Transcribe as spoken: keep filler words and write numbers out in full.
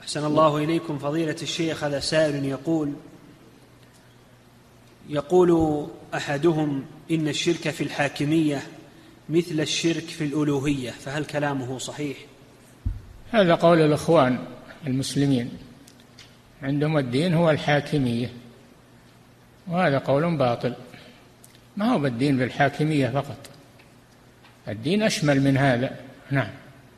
أحسن الله إليكم فضيلة الشيخ. هذا سائل يقول يقول أحدهم إن الشرك في الحاكمية مثل الشرك في الألوهية، فهل كلامه صحيح؟ هذا قول الإخوان المسلمين، عندهم الدين هو الحاكمية، وهذا قول باطل. ما هو بالدين بالحاكمية فقط، الدين أشمل من هذا. نعم.